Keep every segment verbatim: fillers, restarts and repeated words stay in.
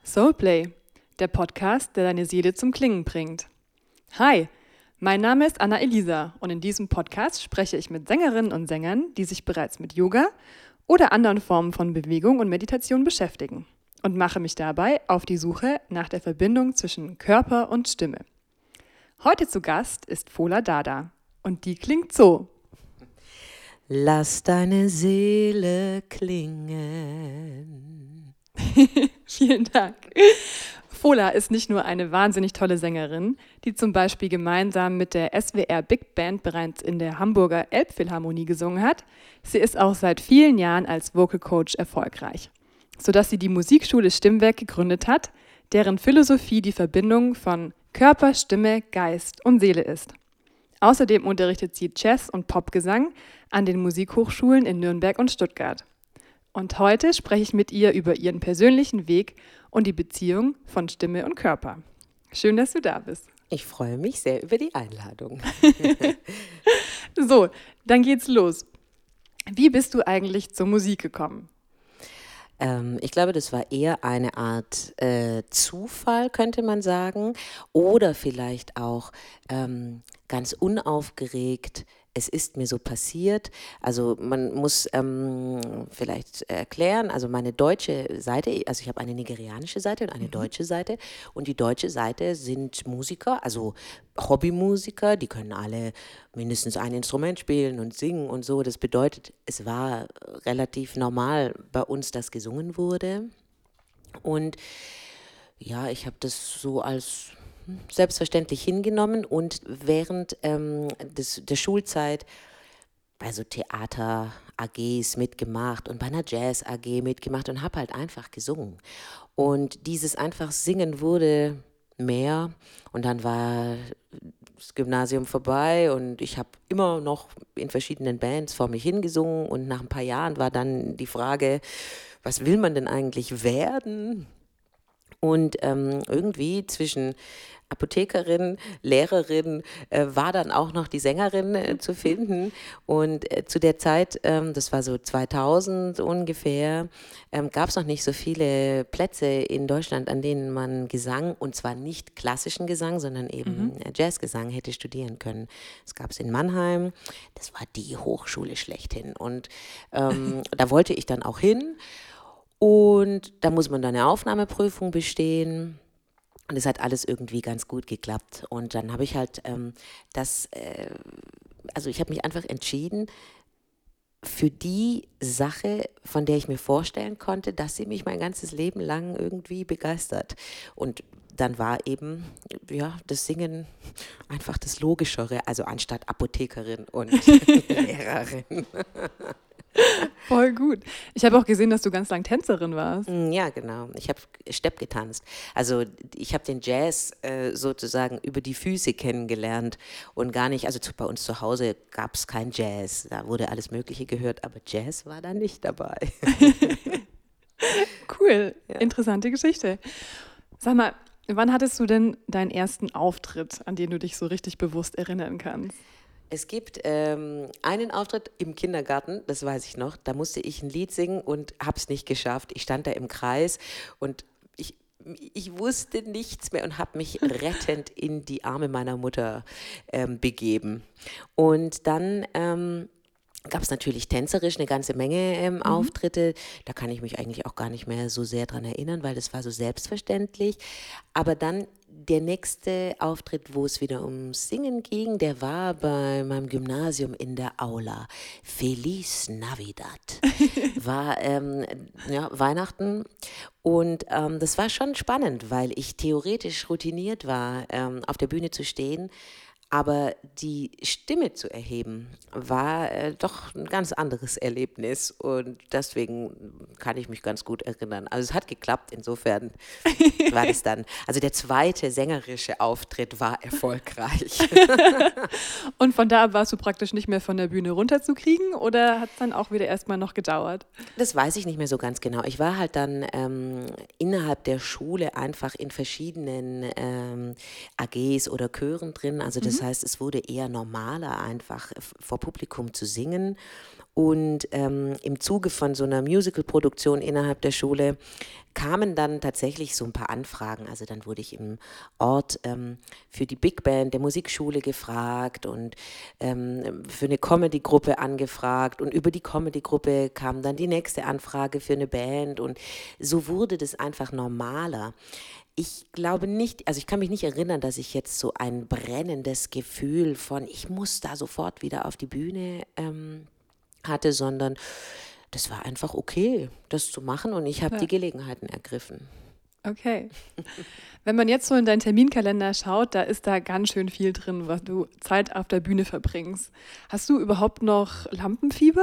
Soulplay, der Podcast, der deine Seele zum Klingen bringt. Hi, mein Name ist Anna-Elisa und in diesem Podcast spreche ich mit Sängerinnen und Sängern, die sich bereits mit Yoga oder anderen Formen von Bewegung und Meditation beschäftigen und mache mich dabei auf die Suche nach der Verbindung zwischen Körper und Stimme. Heute zu Gast ist Fola Dada und die klingt so. Lass deine Seele klingen. Vielen Dank. Fola ist nicht nur eine wahnsinnig tolle Sängerin, die zum Beispiel gemeinsam mit der S W R Big Band bereits in der Hamburger Elbphilharmonie gesungen hat, sie ist auch seit vielen Jahren als Vocal Coach erfolgreich, sodass sie die Musikschule Stimmwerk gegründet hat, deren Philosophie die Verbindung von Körper, Stimme, Geist und Seele ist. Außerdem unterrichtet sie Jazz- und Popgesang an den Musikhochschulen in Nürnberg und Stuttgart. Und heute spreche ich mit ihr über ihren persönlichen Weg und die Beziehung von Stimme und Körper. Schön, dass du da bist. Ich freue mich sehr über die Einladung. So, dann geht's los. Wie bist du eigentlich zur Musik gekommen? Ähm, ich glaube, das war eher eine Art äh, Zufall, könnte man sagen. Oder vielleicht auch ähm, ganz unaufgeregt. Es ist mir so passiert. Also man muss ähm, vielleicht erklären, also meine deutsche Seite, also ich habe eine nigerianische Seite und eine mhm. deutsche Seite. Und die deutsche Seite sind Musiker, also Hobbymusiker, die können alle mindestens ein Instrument spielen und singen und so. Das bedeutet, es war relativ normal bei uns, dass gesungen wurde. Und ja, ich habe das so als selbstverständlich hingenommen und während ähm, des, der Schulzeit bei so Theater-A Gs mitgemacht und bei einer Jazz-A G mitgemacht und habe halt einfach gesungen. Und dieses einfach Singen wurde mehr und dann war das Gymnasium vorbei und ich habe immer noch in verschiedenen Bands vor mich hingesungen und nach ein paar Jahren war dann die Frage, was will man denn eigentlich werden? Und ähm, irgendwie zwischen Apothekerin, Lehrerin äh, war dann auch noch die Sängerin äh, zu finden. Und äh, zu der Zeit, ähm, das war so zweitausend ungefähr, ähm, gab es noch nicht so viele Plätze in Deutschland, an denen man Gesang, und zwar nicht klassischen Gesang, sondern eben mhm. Jazzgesang hätte studieren können. Das gab es in Mannheim, das war die Hochschule schlechthin. Und ähm, da wollte ich dann auch hin. Und da muss man dann eine Aufnahmeprüfung bestehen. Und es hat alles irgendwie ganz gut geklappt. Und dann habe ich halt ähm, das, äh, also ich habe mich einfach entschieden für die Sache, von der ich mir vorstellen konnte, dass sie mich mein ganzes Leben lang irgendwie begeistert. Und dann war eben, ja, das Singen einfach das Logischere, also anstatt Apothekerin und Lehrerin. Voll gut. Ich habe auch gesehen, dass du ganz lang Tänzerin warst. Ja, genau. Ich habe Stepp getanzt. Also ich habe den Jazz äh, sozusagen über die Füße kennengelernt und gar nicht, also zu, bei uns zu Hause gab es kein Jazz. Da wurde alles Mögliche gehört, aber Jazz war da nicht dabei. Cool, ja. Interessante Geschichte. Sag mal, wann hattest du denn deinen ersten Auftritt, an den du dich so richtig bewusst erinnern kannst? Es gibt ähm, einen Auftritt im Kindergarten, das weiß ich noch, da musste ich ein Lied singen und habe es nicht geschafft. Ich stand da im Kreis und ich, ich wusste nichts mehr und habe mich rettend in die Arme meiner Mutter ähm, begeben. Und dann ähm, gab es natürlich tänzerisch eine ganze Menge ähm, mhm. Auftritte. Da kann ich mich eigentlich auch gar nicht mehr so sehr dran erinnern, weil das war so selbstverständlich. Aber dann der nächste Auftritt, wo es wieder ums Singen ging, der war bei meinem Gymnasium in der Aula. Feliz Navidad war ähm, ja, Weihnachten und ähm, das war schon spannend, weil ich theoretisch routiniert war, ähm, auf der Bühne zu stehen. Aber die Stimme zu erheben, war äh, doch ein ganz anderes Erlebnis und deswegen kann ich mich ganz gut erinnern. Also es hat geklappt, insofern war das dann, also der zweite sängerische Auftritt war erfolgreich. Und von da warst du praktisch nicht mehr von der Bühne runterzukriegen oder hat es dann auch wieder erstmal noch gedauert? Das weiß ich nicht mehr so ganz genau. Ich war halt dann ähm, innerhalb der Schule einfach in verschiedenen ähm, A Gs oder Chören drin, also das Das heißt, es wurde eher normaler, einfach f- vor Publikum zu singen. Und ähm, im Zuge von so einer Musical-Produktion innerhalb der Schule kamen dann tatsächlich so ein paar Anfragen. Also dann wurde ich im Ort ähm, für die Big Band der Musikschule gefragt und ähm, für eine Comedy-Gruppe angefragt. Und über die Comedy-Gruppe kam dann die nächste Anfrage für eine Band. Und so wurde das einfach normaler. Ich glaube nicht, also ich kann mich nicht erinnern, dass ich jetzt so ein brennendes Gefühl von, ich muss da sofort wieder auf die Bühne ähm, hatte, sondern das war einfach okay, das zu machen und ich habe die Ja, Gelegenheiten ergriffen. okay. Wenn man jetzt so in deinen Terminkalender schaut, da ist da ganz schön viel drin, was du Zeit auf der Bühne verbringst. Hast du überhaupt noch Lampenfieber?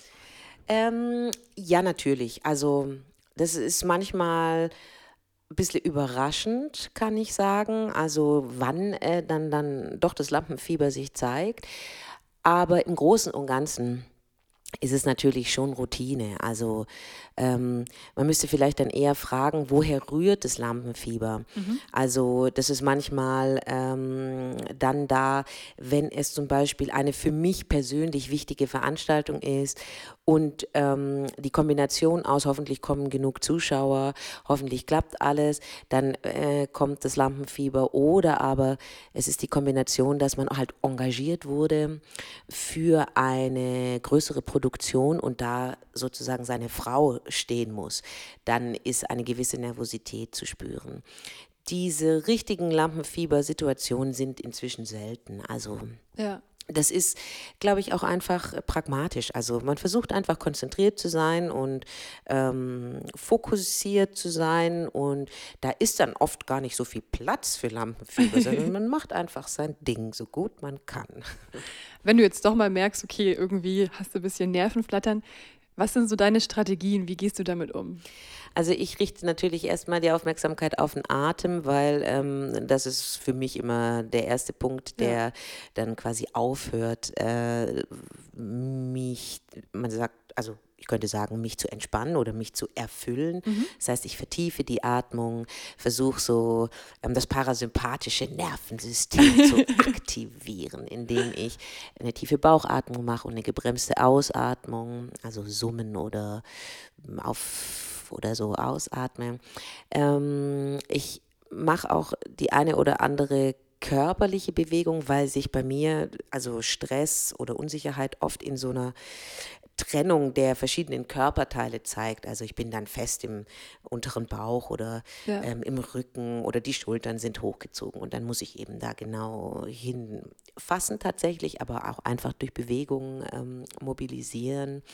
Ähm, ja, natürlich. Also das ist manchmal ein bisschen überraschend, kann ich sagen. Also wann äh, dann, dann doch das Lampenfieber sich zeigt. Aber im Großen und Ganzen ist es natürlich schon Routine. Also ähm, man müsste vielleicht dann eher fragen, woher rührt das Lampenfieber? Mhm. Also das ist manchmal ähm, dann da, wenn es zum Beispiel eine für mich persönlich wichtige Veranstaltung ist und ähm, die Kombination aus hoffentlich kommen genug Zuschauer, hoffentlich klappt alles, dann äh, kommt das Lampenfieber oder aber es ist die Kombination, dass man halt engagiert wurde für eine größere Produktion und da sozusagen seine Frau stehen muss, dann ist eine gewisse Nervosität zu spüren. Diese richtigen Lampenfieber-Situationen sind inzwischen selten. Also Ja, das ist, glaube ich, auch einfach äh, pragmatisch. Also man versucht einfach konzentriert zu sein und ähm, fokussiert zu sein und da ist dann oft gar nicht so viel Platz für Lampenfieber, sondern man macht einfach sein Ding so gut man kann. wenn du jetzt doch mal merkst, okay, irgendwie hast du ein bisschen Nervenflattern, was sind so deine Strategien? Wie gehst du damit um? Also ich richte natürlich erstmal die Aufmerksamkeit auf den Atem, weil ähm, das ist für mich immer der erste Punkt, Ja. der dann quasi aufhört, äh, mich, man sagt, also ich könnte sagen, mich zu entspannen oder mich zu erfüllen. Mhm. Das heißt, ich vertiefe die Atmung, versuche so ähm, das parasympathische Nervensystem zu aktivieren, indem ich eine tiefe Bauchatmung mache und eine gebremste Ausatmung, also summen oder ähm, auf oder so ausatme. Ähm, ich mache auch die eine oder andere körperliche Bewegung, weil sich bei mir also Stress oder Unsicherheit oft in so einer Trennung der verschiedenen Körperteile zeigt. Also ich bin dann fest im unteren Bauch oder Ja. ähm, im Rücken oder die Schultern sind hochgezogen und dann muss ich eben da genau hinfassen tatsächlich, aber auch einfach durch Bewegung ähm, mobilisieren.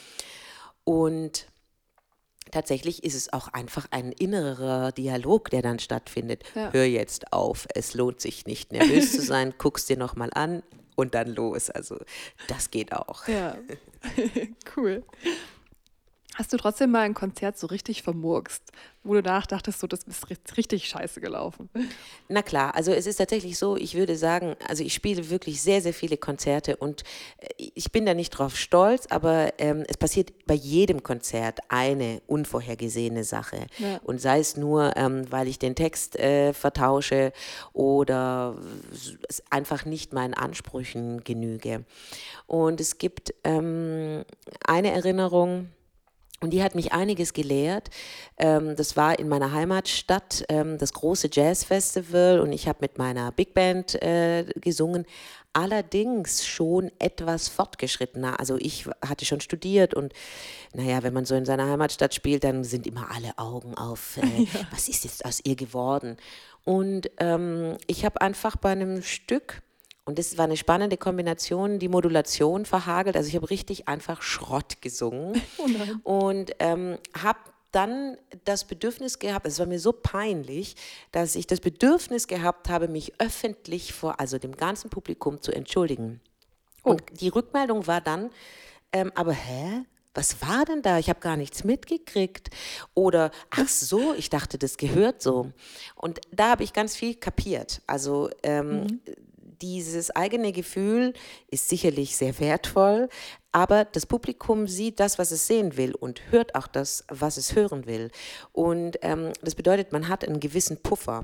Und tatsächlich ist es auch einfach ein innerer Dialog, der dann stattfindet. Ja. Hör jetzt auf, es lohnt sich nicht nervös zu sein, guck's dir nochmal an und dann los. Also das geht auch. Ja. Cool. Hast du trotzdem mal ein Konzert so richtig vermurkst, wo du danach dachtest, so, das ist ri- richtig scheiße gelaufen? Na klar, also es ist tatsächlich so, ich würde sagen, also ich spiele wirklich sehr, sehr viele Konzerte und äh, ich bin da nicht drauf stolz, aber ähm, es passiert bei jedem Konzert eine unvorhergesehene Sache. Ja. Und sei es nur, ähm, weil ich den Text äh, vertausche oder es einfach nicht meinen Ansprüchen genüge. Und es gibt ähm, eine Erinnerung, und die hat mich einiges gelehrt. Ähm, das war in meiner Heimatstadt, ähm, das große Jazzfestival und ich habe mit meiner Big Band äh, gesungen. Allerdings schon etwas fortgeschrittener. Also ich hatte schon studiert und naja, wenn man so in seiner Heimatstadt spielt, dann sind immer alle Augen auf, äh, Ja. was ist jetzt aus ihr geworden? Und ähm, ich habe einfach bei einem Stück, und das war eine spannende Kombination, die Modulation verhagelt. Also ich habe richtig einfach Schrott gesungen Oh nein. und ähm, habe dann das Bedürfnis gehabt, es war mir so peinlich, dass ich das Bedürfnis gehabt habe, mich öffentlich vor also dem ganzen Publikum zu entschuldigen. Oh. Und die Rückmeldung war dann, ähm, aber hä? Was war denn da? Ich habe gar nichts mitgekriegt. Oder, ach so, ich dachte, das gehört so. Und da habe ich ganz viel kapiert. Also ähm, Mhm. dieses eigene Gefühl ist sicherlich sehr wertvoll, aber das Publikum sieht das, was es sehen will und hört auch das, was es hören will. Und ähm, das bedeutet, man hat einen gewissen Puffer.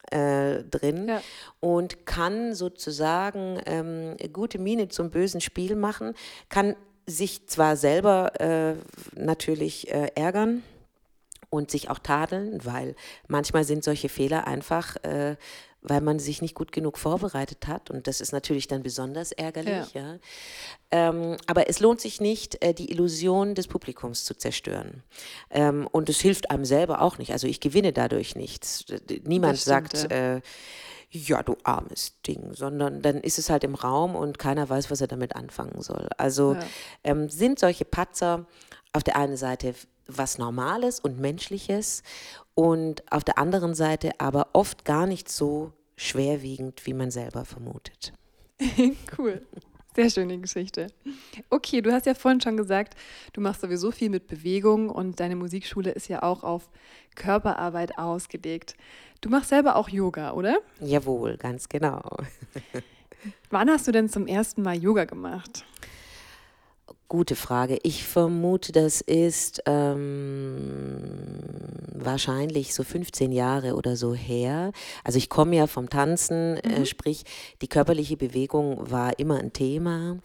äh, drin Ja. und kann sozusagen ähm, gute Miene zum bösen Spiel machen, kann sich zwar selber äh, natürlich äh, ärgern und sich auch tadeln, weil manchmal sind solche Fehler einfach, äh, weil man sich nicht gut genug vorbereitet hat und das ist natürlich dann besonders ärgerlich. Ja. Ja. Ähm, aber es lohnt sich nicht, äh, die Illusion des Publikums zu zerstören. Ähm, und es hilft einem selber auch nicht. Also ich gewinne dadurch nichts. D- Niemand Das stimmt, sagt, ja. äh, ja, du armes Ding, sondern dann ist es halt im Raum und keiner weiß, was er damit anfangen soll. Also Ja. ähm, sind solche Patzer auf der einen Seite was Normales und Menschliches und auf der anderen Seite aber oft gar nicht so schwerwiegend, wie man selber vermutet. Cool. Sehr schöne Geschichte. Okay, du hast ja vorhin schon gesagt, du machst sowieso viel mit Bewegung und deine Musikschule ist ja auch auf Körperarbeit ausgelegt. Du machst selber auch Yoga, oder? Jawohl, ganz genau. Wann hast du denn zum ersten Mal Yoga gemacht? Gute Frage. Ich vermute, das ist ähm, wahrscheinlich so fünfzehn Jahre oder so her. Also ich komme ja vom Tanzen, äh, Mhm. sprich die körperliche Bewegung war immer ein Thema.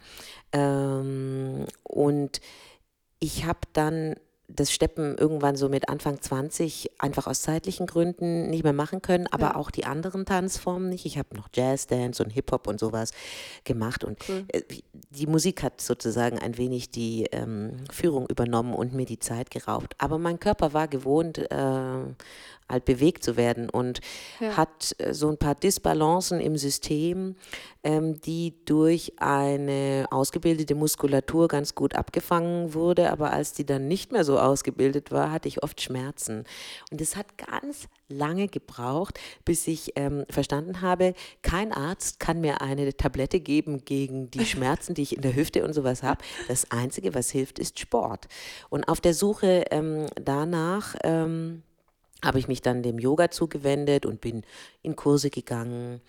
Ähm, und ich habe dann das Steppen irgendwann so mit Anfang zwanzig einfach aus zeitlichen Gründen nicht mehr machen können, aber Ja, auch die anderen Tanzformen nicht. Ich habe noch Jazzdance und Hip-Hop und sowas gemacht und cool. äh, die Musik hat sozusagen ein wenig die ähm, Führung übernommen und mir die Zeit geraubt. Aber mein Körper war gewohnt, äh, halt bewegt zu werden und Ja. hat äh, so ein paar Disbalancen im System, ähm, die durch eine ausgebildete Muskulatur ganz gut abgefangen wurde. Aber als die dann nicht mehr so ausgebildet war, hatte ich oft Schmerzen. Und es hat ganz lange gebraucht, bis ich ähm, verstanden habe, kein Arzt kann mir eine Tablette geben gegen die Schmerzen, die ich in der Hüfte und sowas habe. Das Einzige, was hilft, ist Sport. Und auf der Suche ähm, danach ähm, habe ich mich dann dem Yoga zugewendet und bin in Kurse gegangen.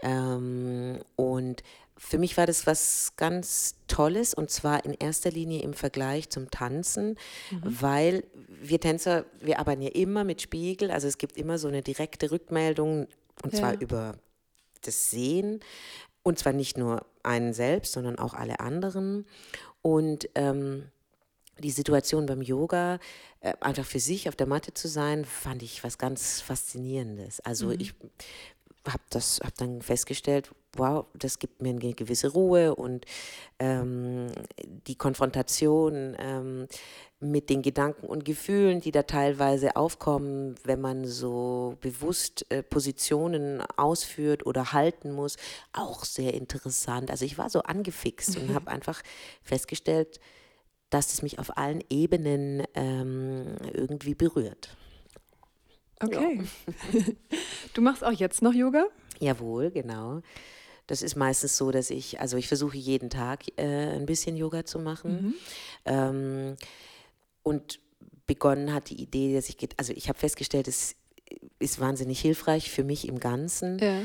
Ähm, und für mich war das was ganz Tolles und zwar in erster Linie im Vergleich zum Tanzen, Mhm. weil wir Tänzer, wir arbeiten ja immer mit Spiegel, also es gibt immer so eine direkte Rückmeldung und zwar Ja. über das Sehen und zwar nicht nur einen selbst, sondern auch alle anderen. Und ähm, die Situation beim Yoga, äh, einfach für sich auf der Matte zu sein, fand ich was ganz Faszinierendes. Also Mhm. ich habe das, habe dann festgestellt, wow, das gibt mir eine gewisse Ruhe und ähm, die Konfrontation ähm, mit den Gedanken und Gefühlen, die da teilweise aufkommen, wenn man so bewusst äh, Positionen ausführt oder halten muss, auch sehr interessant. Also ich war so angefixt und habe einfach festgestellt, dass es mich auf allen Ebenen ähm, irgendwie berührt. Ja. Okay. Du machst auch jetzt noch Yoga? Jawohl, genau. Das ist meistens so, dass ich, also ich versuche jeden Tag äh, ein bisschen Yoga zu machen. Mhm. Ähm, und begonnen hat die Idee, dass ich, geht- also ich habe festgestellt, es ist wahnsinnig hilfreich für mich im Ganzen. Ja.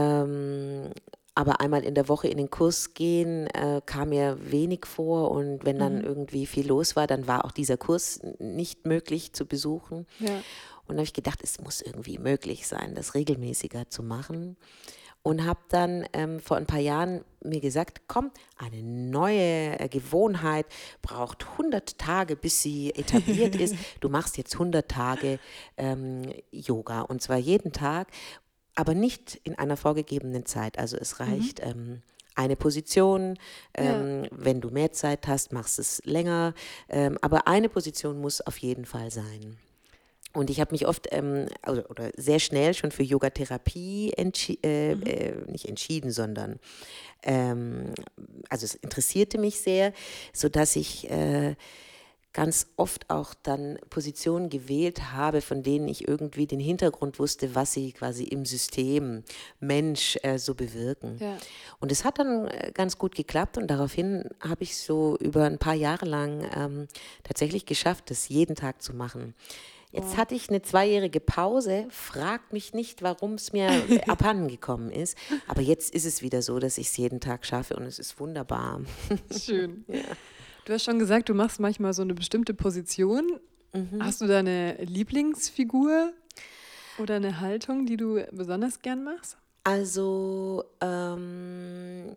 Ähm, aber einmal in der Woche in den Kurs gehen, äh, kam mir wenig vor und wenn dann Mhm. irgendwie viel los war, dann war auch dieser Kurs nicht möglich zu besuchen. Ja. Und da habe ich gedacht, es muss irgendwie möglich sein, das regelmäßiger zu machen. Und habe dann ähm, vor ein paar Jahren mir gesagt, komm, eine neue äh, Gewohnheit braucht hundert Tage, bis sie etabliert ist. Du machst jetzt hundert Tage ähm, Yoga und zwar jeden Tag, aber nicht in einer vorgegebenen Zeit. Also es Mhm. reicht ähm, eine Position. Ja. Ähm, wenn du mehr Zeit hast, machst es länger. Ähm, aber eine Position muss auf jeden Fall sein. Und ich habe mich oft ähm, oder, oder sehr schnell schon für Yogatherapie entschi äh, Mhm. äh, nicht entschieden, sondern ähm, also es interessierte mich sehr, sodass ich äh, ganz oft auch dann Positionen gewählt habe, von denen ich irgendwie den Hintergrund wusste, was sie quasi im System Mensch äh, so bewirken. Ja. Und es hat dann äh, ganz gut geklappt und daraufhin habe ich so über ein paar Jahre lang ähm, tatsächlich geschafft, das jeden Tag zu machen. Jetzt Wow. hatte ich eine zweijährige Pause, frag mich nicht, warum es mir abhanden gekommen ist, aber jetzt ist es wieder so, dass ich es jeden Tag schaffe und es ist wunderbar. Schön. Ja. Du hast schon gesagt, du machst manchmal so eine bestimmte Position. Mhm. Hast du da eine Lieblingsfigur? Oder eine Haltung, die du besonders gern machst? Also, ähm,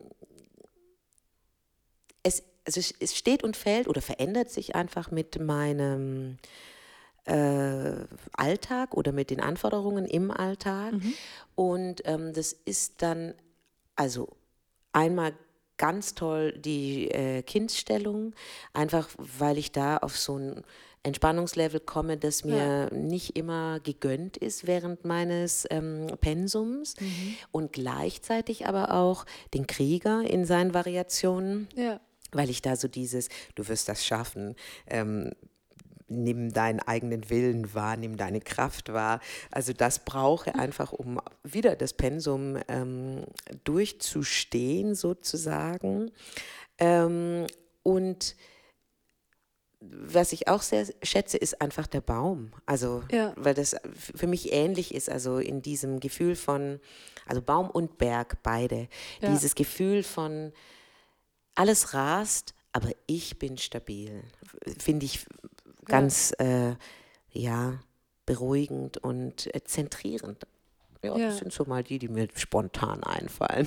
es, also es es steht und fällt oder verändert sich einfach mit meinem äh, Alltag oder mit den Anforderungen im Alltag. Mhm. Und ähm, das ist dann, also einmal ganz toll die äh, Kindsstellung, einfach weil ich da auf so ein Entspannungslevel komme, das Ja. mir nicht immer gegönnt ist während meines ähm, Pensums Mhm. und gleichzeitig aber auch den Krieger in seinen Variationen, Ja. weil ich da so dieses, du wirst das schaffen, ähm, nimm deinen eigenen Willen wahr, nimm deine Kraft wahr. Also das brauche einfach, um wieder das Pensum ähm, durchzustehen sozusagen. Ähm, und was ich auch sehr schätze, ist einfach der Baum. Also, Ja. weil das für mich ähnlich ist, also in diesem Gefühl von, also Baum und Berg, beide. Ja. Dieses Gefühl von, alles rast, aber ich bin stabil. Finde ich Ja. ganz, äh, ja, beruhigend und äh, zentrierend. Ja, das Ja. sind so mal die, die mir spontan einfallen.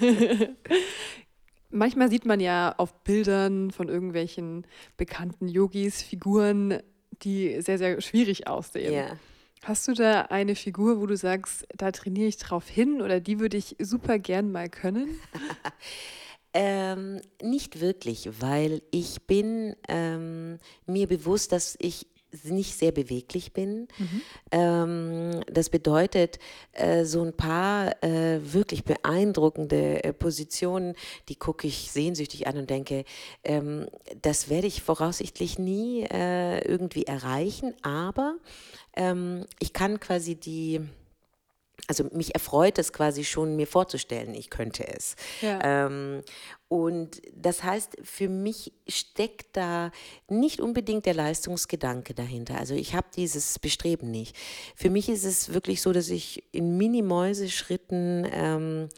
Manchmal sieht man ja auf Bildern von irgendwelchen bekannten Yogis Figuren, die sehr, sehr schwierig aussehen. Ja. Hast du da eine Figur, wo du sagst, da trainiere ich drauf hin oder die würde ich super gern mal können? Ähm, nicht wirklich, weil ich bin ähm, mir bewusst, dass ich nicht sehr beweglich bin. Mhm. Ähm, das bedeutet, äh, so ein paar äh, wirklich beeindruckende äh, Positionen, die gucke ich sehnsüchtig an und denke, ähm, das werde ich voraussichtlich nie äh, irgendwie erreichen, aber ähm, ich kann quasi die, also mich erfreut es quasi schon, mir vorzustellen, ich könnte es. Ja. Ähm, und das heißt, für mich steckt da nicht unbedingt der Leistungsgedanke dahinter. Also ich habe dieses Bestreben nicht. Für mich ist es wirklich so, dass ich in Mini-Mäuse-Schritten ähm,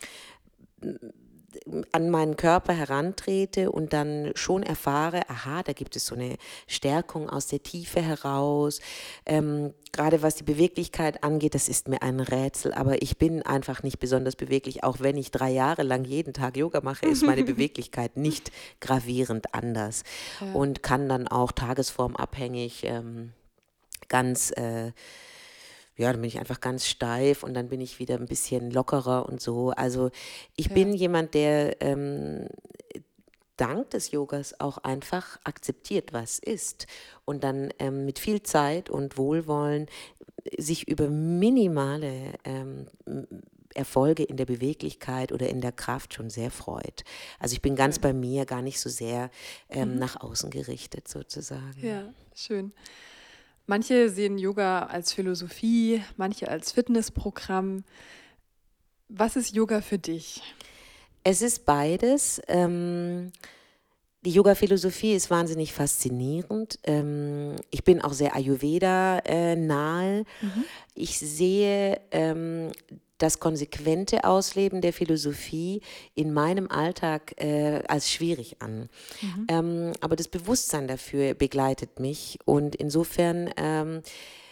an meinen Körper herantrete und dann schon erfahre, aha, da gibt es so eine Stärkung aus der Tiefe heraus. Ähm, gerade was die Beweglichkeit angeht, das ist mir ein Rätsel, aber ich bin einfach nicht besonders beweglich. Auch wenn ich drei Jahre lang jeden Tag Yoga mache, ist meine Beweglichkeit nicht gravierend anders Ja. und kann dann auch tagesformabhängig ähm, ganz äh, ja, dann bin ich einfach ganz steif und dann bin ich wieder ein bisschen lockerer und so. Also ich Ja. bin jemand, der ähm, dank des Yogas auch einfach akzeptiert, was ist und dann ähm, mit viel Zeit und Wohlwollen sich über minimale ähm, Erfolge in der Beweglichkeit oder in der Kraft schon sehr freut. Also ich bin ganz Schön. bei mir, gar nicht so sehr ähm, Mhm. nach außen gerichtet sozusagen. Ja, schön. Manche sehen Yoga als Philosophie, manche als Fitnessprogramm. Was ist Yoga für dich? Es ist beides. Ähm, die Yoga-Philosophie ist wahnsinnig faszinierend. Ähm, ich bin auch sehr Ayurveda-nahe. Mhm. Ich sehe ähm, das konsequente Ausleben der Philosophie in meinem Alltag äh, als schwierig an. Mhm. Ähm, aber das Bewusstsein dafür begleitet mich und insofern ähm,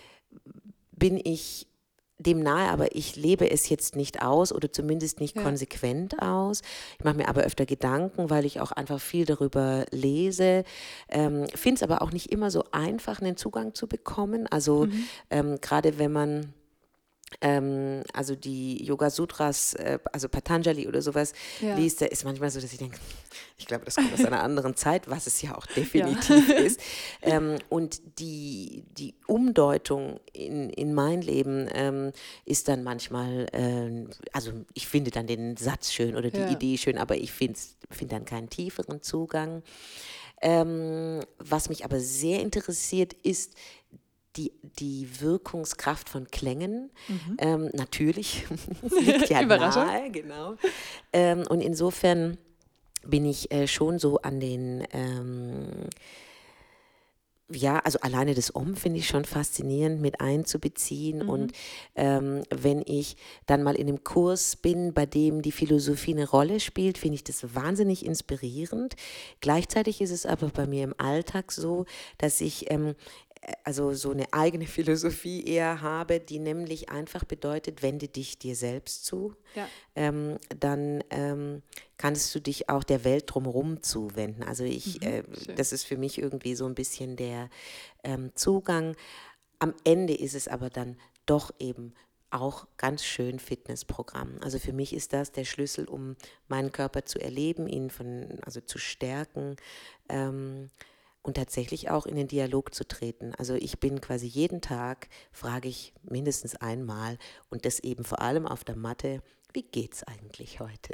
bin ich dem nahe, aber ich lebe es jetzt nicht aus oder zumindest nicht Ja. konsequent aus. Ich mache mir aber öfter Gedanken, weil ich auch einfach viel darüber lese. Ähm, finde es aber auch nicht immer so einfach, einen Zugang zu bekommen. Also Mhm. ähm, gerade wenn man ähm, also die Yoga Sutras, äh, also Patanjali oder sowas Ja. liest, da ist manchmal so, dass ich denke, ich glaube, das kommt aus einer anderen Zeit, was es ja auch Ja. definitiv ist. Ähm, und die, die Umdeutung in, in mein Leben ähm, ist dann manchmal, ähm, also ich finde dann den Satz schön oder die Ja. Idee schön, aber ich finde find dann keinen tieferen Zugang. Ähm, was mich aber sehr interessiert, ist die, die Wirkungskraft von Klängen. Mhm. Ähm, natürlich, es liegt ja Überraschung. nahe, genau. Ähm, und insofern bin ich äh, schon so an den, ähm, ja, also alleine das Om finde ich schon faszinierend mit einzubeziehen. Mhm. Und ähm, wenn ich dann mal in einem Kurs bin, bei dem die Philosophie eine Rolle spielt, finde ich das wahnsinnig inspirierend. Gleichzeitig ist es aber bei mir im Alltag so, dass ich ähm, also so eine eigene Philosophie eher habe, die nämlich einfach bedeutet, wende dich dir selbst zu, Ja. ähm, dann ähm, kannst du dich auch der Welt drumherum zuwenden. Also ich, Mhm. äh, Schön. das ist für mich irgendwie so ein bisschen der ähm, Zugang. Am Ende ist es aber dann doch eben auch ganz schön Fitnessprogramm. Also für mich ist das der Schlüssel, um meinen Körper zu erleben, ihn von, also zu stärken, ähm, und tatsächlich auch in den Dialog zu treten. Also ich bin quasi jeden Tag, frage ich mindestens einmal und das eben vor allem auf der Matte, wie geht's eigentlich heute?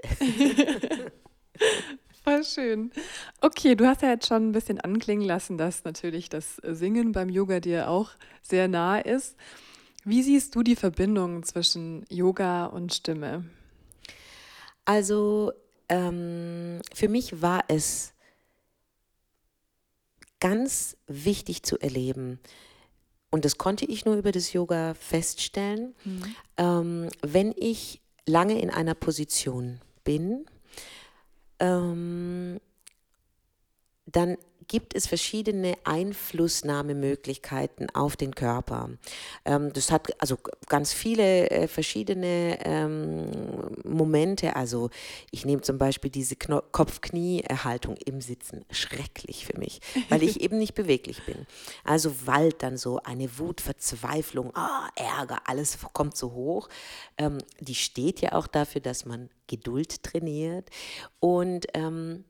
Voll schön. Okay, du hast ja jetzt schon ein bisschen anklingen lassen, dass natürlich das Singen beim Yoga dir auch sehr nahe ist. Wie siehst du die Verbindung zwischen Yoga und Stimme? Also ähm, für mich war es ganz wichtig zu erleben, und das konnte ich nur über das Yoga feststellen, Mhm. ähm, wenn ich lange in einer Position bin, ähm, dann gibt es verschiedene Einflussnahmemöglichkeiten auf den Körper. Ähm, das hat also g- ganz viele äh, verschiedene ähm, Momente. Also ich nehme zum Beispiel diese Kno- Kopf-Knie-Haltung im Sitzen. Schrecklich für mich, weil ich eben nicht beweglich bin. Also wallt dann so eine Wut, Verzweiflung, ah, Ärger, alles kommt so hoch. Ähm, die steht ja auch dafür, dass man Geduld trainiert. Und ähm,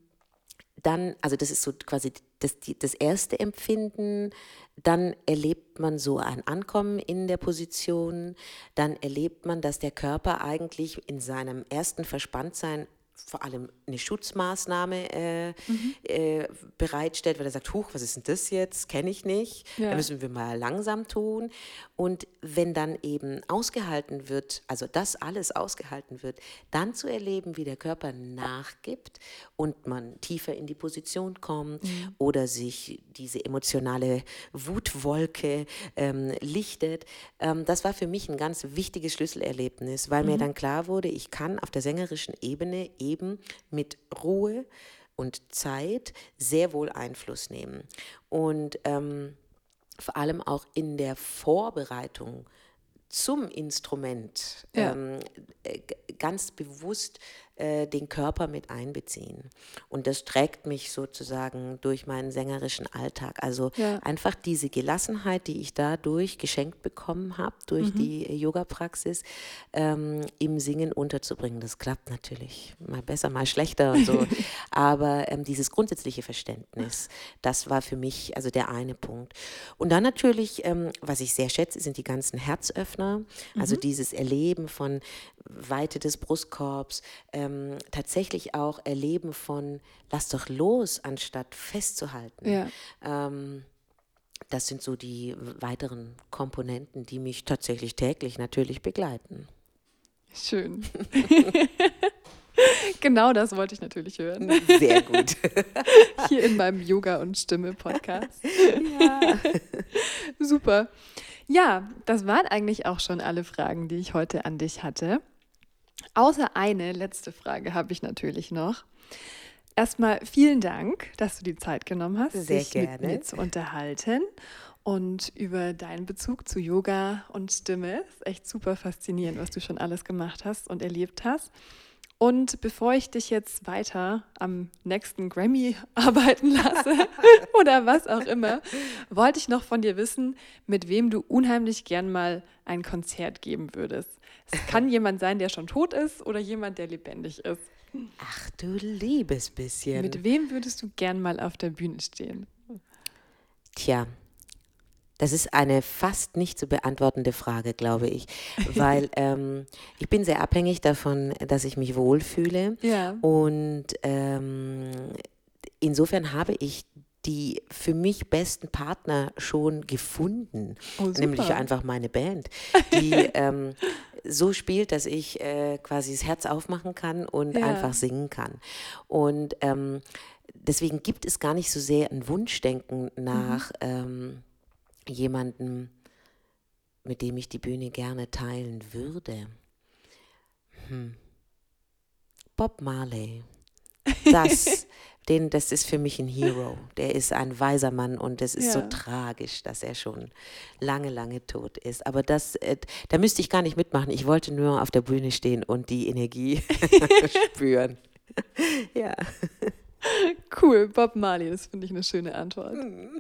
dann, also das ist so quasi das, die, das erste Empfinden, dann erlebt man so ein Ankommen in der Position, dann erlebt man, dass der Körper eigentlich in seinem ersten Verspanntsein vor allem eine Schutzmaßnahme äh, Mhm. äh, bereitstellt, weil er sagt, huch, was ist denn das jetzt, kenne ich nicht, da Ja. müssen wir mal langsam tun. Und wenn dann eben ausgehalten wird, also das alles ausgehalten wird, dann zu erleben, wie der Körper nachgibt und man tiefer in die Position kommt Mhm. oder sich diese emotionale Wutwolke ähm, lichtet, ähm, das war für mich ein ganz wichtiges Schlüsselerlebnis, weil mir Mhm. dann klar wurde, ich kann auf der sängerischen Ebene eben mit Ruhe und Zeit sehr wohl Einfluss nehmen. Und ähm, vor allem auch in der Vorbereitung zum Instrument Ja. ähm, äh, g- ganz bewusst äh, den Körper mit einbeziehen. Und das trägt mich sozusagen durch meinen sängerischen Alltag. Also Ja. einfach diese Gelassenheit, die ich dadurch geschenkt bekommen habe, durch Mhm. die Yoga-Praxis, ähm, im Singen unterzubringen. Das klappt natürlich mal besser, mal schlechter und so. Aber ähm, dieses grundsätzliche Verständnis, das war für mich also der eine Punkt. Und dann natürlich, ähm, was ich sehr schätze, sind die ganzen Herzöffner. Also Mhm. dieses Erleben von Weite des Brustkorbs, ähm, tatsächlich auch Erleben von lass doch los, anstatt festzuhalten. Ja. Ähm, das sind so die weiteren Komponenten, die mich tatsächlich täglich natürlich begleiten. Schön. Genau das wollte ich natürlich hören. Sehr gut. Hier in meinem Yoga- und Stimme-Podcast. Ja. Super. Ja, das waren eigentlich auch schon alle Fragen, die ich heute an dich hatte. Außer eine letzte Frage habe ich natürlich noch. Erstmal vielen Dank, dass du die Zeit genommen hast, Sehr dich mit mir gerne. zu unterhalten und über deinen Bezug zu Yoga und Stimme. Ist echt super faszinierend, was du schon alles gemacht hast und erlebt hast. Und bevor ich dich jetzt weiter am nächsten Grammy arbeiten lasse oder was auch immer, wollte ich noch von dir wissen, mit wem du unheimlich gern mal ein Konzert geben würdest. Es kann jemand sein, der schon tot ist oder jemand, der lebendig ist. Ach du liebes bisschen. Mit wem würdest du gern mal auf der Bühne stehen? Tja, das ist eine fast nicht zu beantwortende Frage, glaube ich, weil ähm, ich bin sehr abhängig davon, dass ich mich wohlfühle Ja. und ähm, insofern habe ich die für mich besten Partner schon gefunden, Oh, nämlich super. einfach meine Band, die ähm, so spielt, dass ich äh, quasi das Herz aufmachen kann und Ja. einfach singen kann. Und ähm, deswegen gibt es gar nicht so sehr ein Wunschdenken nach ähm, jemandem, mit dem ich die Bühne gerne teilen würde. Hm. Bob Marley. Das, den, das ist für mich ein Hero. Der ist ein weiser Mann und es ist so Ja. tragisch, dass er schon lange, lange tot ist. Aber das, äh, da müsste ich gar nicht mitmachen. Ich wollte nur auf der Bühne stehen und die Energie spüren. Ja. Cool, Bob Marley, das finde ich eine schöne Antwort.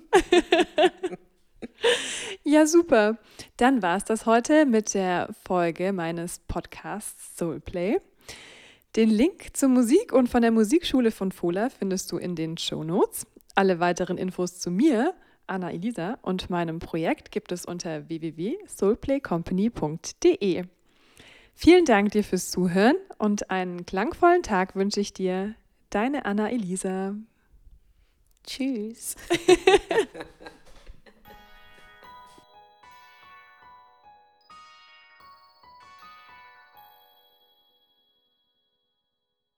Ja, super. Dann war es das heute mit der Folge meines Podcasts Soulplay. Den Link zur Musik und von der Musikschule von Fohla findest du in den Shownotes. Alle weiteren Infos zu mir, Anna-Elisa, und meinem Projekt gibt es unter w w w punkt soulplay company punkt d e. Vielen Dank dir fürs Zuhören und einen klangvollen Tag wünsche ich dir. Deine Anna-Elisa. Tschüss.